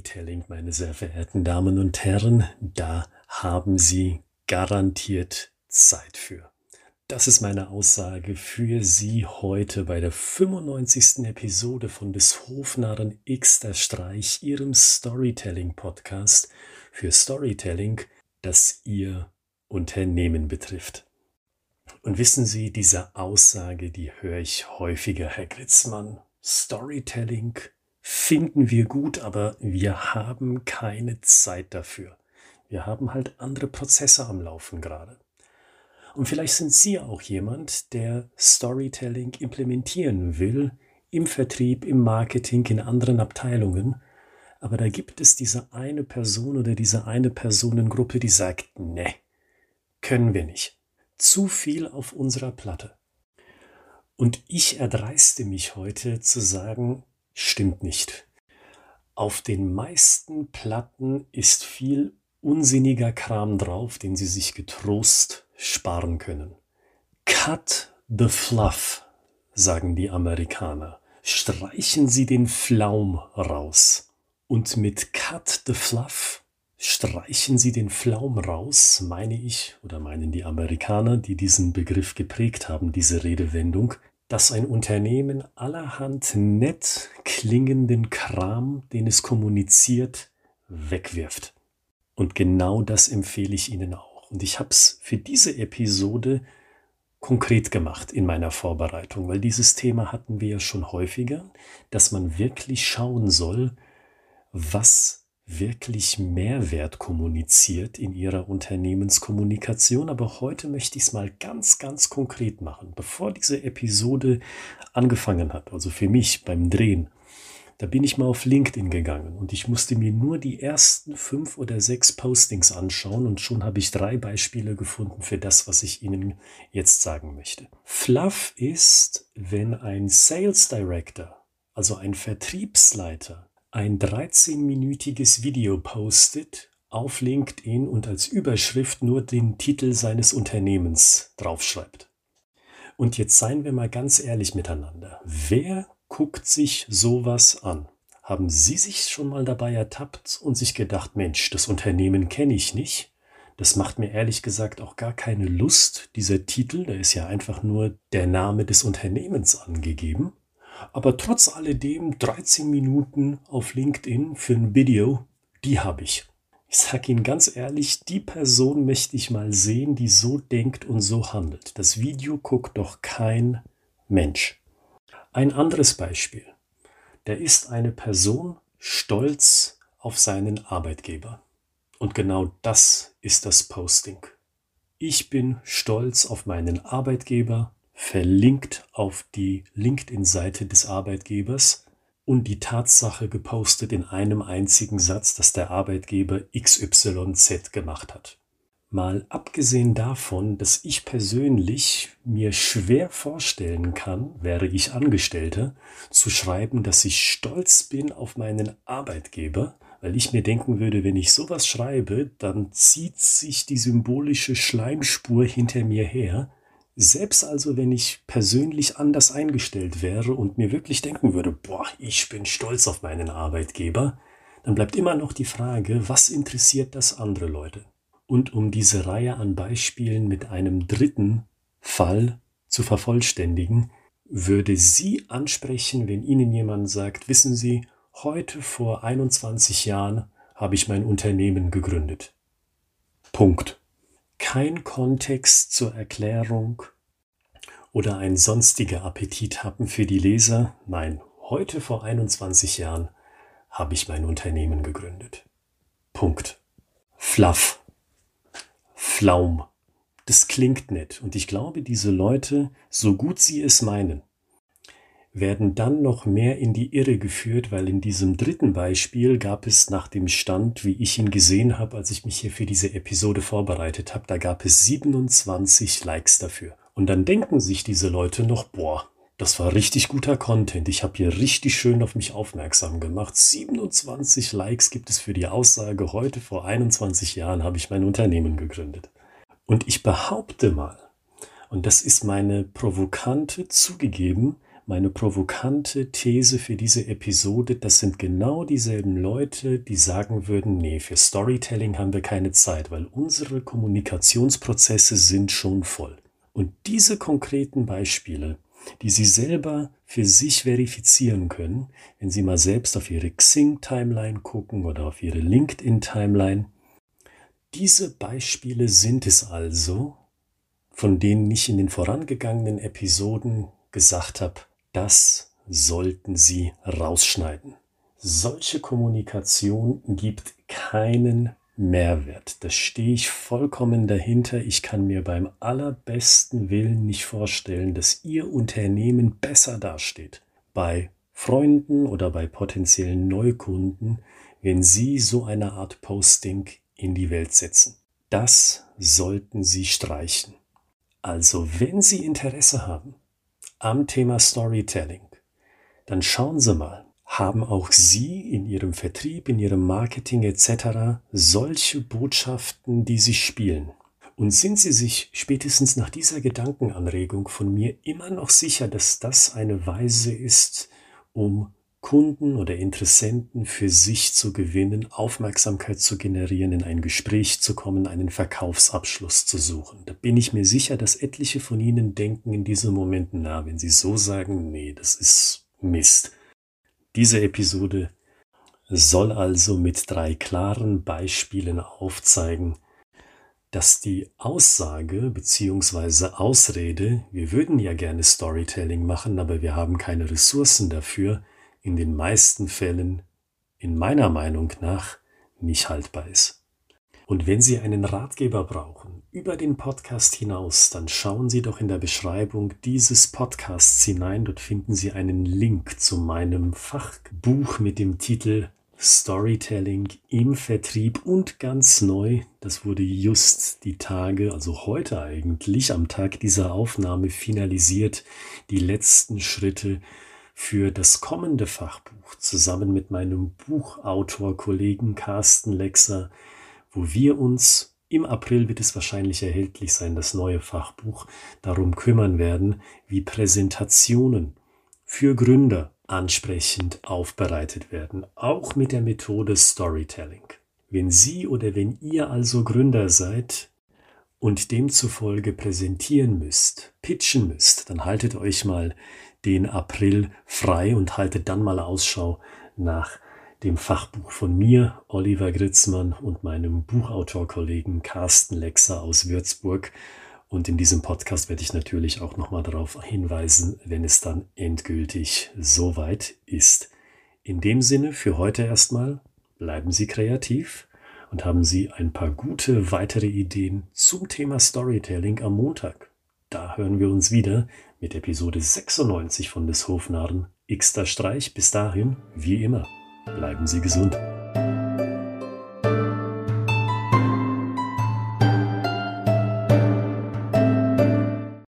Storytelling, meine sehr verehrten Damen und Herren, da haben Sie garantiert Zeit für. Das ist meine Aussage für Sie heute bei der 95. Episode von des Hofnarren Xter Streich, Ihrem Storytelling-Podcast für Storytelling, das Ihr Unternehmen betrifft. Und wissen Sie, diese Aussage, die höre ich häufiger, Herr Gritzmann. Storytelling finden wir gut, aber wir haben keine Zeit dafür. Wir haben halt andere Prozesse am Laufen gerade. Und vielleicht sind Sie auch jemand, der Storytelling implementieren will, im Vertrieb, im Marketing, in anderen Abteilungen. Aber da gibt es diese eine Person oder diese eine Personengruppe, die sagt, ne, können wir nicht. Zu viel auf unserer Platte. Und ich erdreiste mich heute zu sagen, stimmt nicht. Auf den meisten Platten ist viel unsinniger Kram drauf, den Sie sich getrost sparen können. Cut the fluff, sagen die Amerikaner. Streichen Sie den Flaum raus. Und mit Cut the fluff, streichen Sie den Flaum raus, meine ich, oder meinen die Amerikaner, die diesen Begriff geprägt haben, diese Redewendung, dass ein Unternehmen allerhand nett klingenden Kram, den es kommuniziert, wegwirft. Und genau das empfehle ich Ihnen auch. Und ich habe es für diese Episode konkret gemacht in meiner Vorbereitung, weil dieses Thema hatten wir ja schon häufiger, dass man wirklich schauen soll, was wirklich Mehrwert kommuniziert in Ihrer Unternehmenskommunikation. Aber heute möchte ich es mal ganz, ganz konkret machen. Bevor diese Episode angefangen hat, also für mich beim Drehen, da bin ich mal auf LinkedIn gegangen und ich musste mir nur die ersten 5 oder 6 Postings anschauen und schon habe ich 3 Beispiele gefunden für das, was ich Ihnen jetzt sagen möchte. Fluff ist, wenn ein Sales Director, also ein Vertriebsleiter, ein 13-minütiges Video postet auf LinkedIn und als Überschrift nur den Titel seines Unternehmens draufschreibt. Und jetzt seien wir mal ganz ehrlich miteinander. Wer guckt sich sowas an? Haben Sie sich schon mal dabei ertappt und sich gedacht, Mensch, das Unternehmen kenne ich nicht? Das macht mir ehrlich gesagt auch gar keine Lust, dieser Titel, da ist ja einfach nur der Name des Unternehmens angegeben. Aber trotz alledem 13 Minuten auf LinkedIn für ein Video, die habe ich. Ich sage Ihnen ganz ehrlich, die Person möchte ich mal sehen, die so denkt und so handelt. Das Video guckt doch kein Mensch. Ein anderes Beispiel. Da ist eine Person stolz auf seinen Arbeitgeber. Und genau das ist das Posting. Ich bin stolz auf meinen Arbeitgeber, verlinkt auf die LinkedIn-Seite des Arbeitgebers und die Tatsache gepostet in einem einzigen Satz, dass der Arbeitgeber XYZ gemacht hat. Mal abgesehen davon, dass ich persönlich mir schwer vorstellen kann, wäre ich Angestellter, zu schreiben, dass ich stolz bin auf meinen Arbeitgeber, weil ich mir denken würde, wenn ich sowas schreibe, dann zieht sich die symbolische Schleimspur hinter mir her. Selbst also, wenn ich persönlich anders eingestellt wäre und mir wirklich denken würde, boah, ich bin stolz auf meinen Arbeitgeber, dann bleibt immer noch die Frage, was interessiert das andere Leute? Und um diese Reihe an Beispielen mit einem dritten Fall zu vervollständigen, würde Sie ansprechen, wenn Ihnen jemand sagt, wissen Sie, heute vor 21 Jahren habe ich mein Unternehmen gegründet. Punkt. Kein Kontext zur Erklärung oder ein sonstiger Appetit haben für die Leser. Nein, heute vor 21 Jahren habe ich mein Unternehmen gegründet. Punkt. Fluff. Flaum. Das klingt nett und ich glaube, diese Leute, so gut sie es meinen, werden dann noch mehr in die Irre geführt, weil in diesem dritten Beispiel gab es nach dem Stand, wie ich ihn gesehen habe, als ich mich hier für diese Episode vorbereitet habe, da gab es 27 Likes dafür. Und dann denken sich diese Leute noch, boah, das war richtig guter Content, ich habe hier richtig schön auf mich aufmerksam gemacht. 27 Likes gibt es für die Aussage, heute vor 21 Jahren habe ich mein Unternehmen gegründet. Und ich behaupte mal, und das ist meine provokante, zugegeben, Meine provokante These für diese Episode, das sind genau dieselben Leute, die sagen würden, nee, für Storytelling haben wir keine Zeit, weil unsere Kommunikationsprozesse sind schon voll. Und diese konkreten Beispiele, die Sie selber für sich verifizieren können, wenn Sie mal selbst auf Ihre Xing-Timeline gucken oder auf Ihre LinkedIn-Timeline, diese Beispiele sind es also, von denen ich in den vorangegangenen Episoden gesagt habe, das sollten Sie rausschneiden. Solche Kommunikation gibt keinen Mehrwert. Da stehe ich vollkommen dahinter. Ich kann mir beim allerbesten Willen nicht vorstellen, dass Ihr Unternehmen besser dasteht bei Freunden oder bei potenziellen Neukunden, wenn Sie so eine Art Posting in die Welt setzen. Das sollten Sie streichen. Also, wenn Sie Interesse haben am Thema Storytelling, dann schauen Sie mal, haben auch Sie in Ihrem Vertrieb, in Ihrem Marketing etc. solche Botschaften, die Sie spielen? Und sind Sie sich spätestens nach dieser Gedankenanregung von mir immer noch sicher, dass das eine Weise ist, um Kunden oder Interessenten für sich zu gewinnen, Aufmerksamkeit zu generieren, in ein Gespräch zu kommen, einen Verkaufsabschluss zu suchen? Da bin ich mir sicher, dass etliche von Ihnen denken in diesem Moment, na, wenn Sie so sagen, nee, das ist Mist. Diese Episode soll also mit 3 klaren Beispielen aufzeigen, dass die Aussage bzw. Ausrede, wir würden ja gerne Storytelling machen, aber wir haben keine Ressourcen dafür, in den meisten Fällen, in meiner Meinung nach, nicht haltbar ist. Und wenn Sie einen Ratgeber brauchen, über den Podcast hinaus, dann schauen Sie doch in der Beschreibung dieses Podcasts hinein. Dort finden Sie einen Link zu meinem Fachbuch mit dem Titel Storytelling im Vertrieb und ganz neu, das wurde just die Tage, also heute eigentlich, am Tag dieser Aufnahme finalisiert, die letzten Schritte für das kommende Fachbuch zusammen mit meinem Buchautor-Kollegen Carsten Lexer, wo wir uns, im April wird es wahrscheinlich erhältlich sein, das neue Fachbuch, darum kümmern werden, wie Präsentationen für Gründer ansprechend aufbereitet werden, auch mit der Methode Storytelling. Wenn Sie oder wenn ihr also Gründer seid und demzufolge präsentieren müsst, pitchen müsst, dann haltet euch mal den April frei und haltet dann mal Ausschau nach dem Fachbuch von mir, Oliver Gritzmann, und meinem Buchautorkollegen Carsten Lexer aus Würzburg. Und in diesem Podcast werde ich natürlich auch nochmal darauf hinweisen, wenn es dann endgültig soweit ist. In dem Sinne für heute erstmal, bleiben Sie kreativ und haben Sie ein paar gute weitere Ideen zum Thema Storytelling am Montag. Da hören wir uns wieder mit Episode 96 von des Hofnarren Xter Streich. Bis dahin, wie immer, bleiben Sie gesund.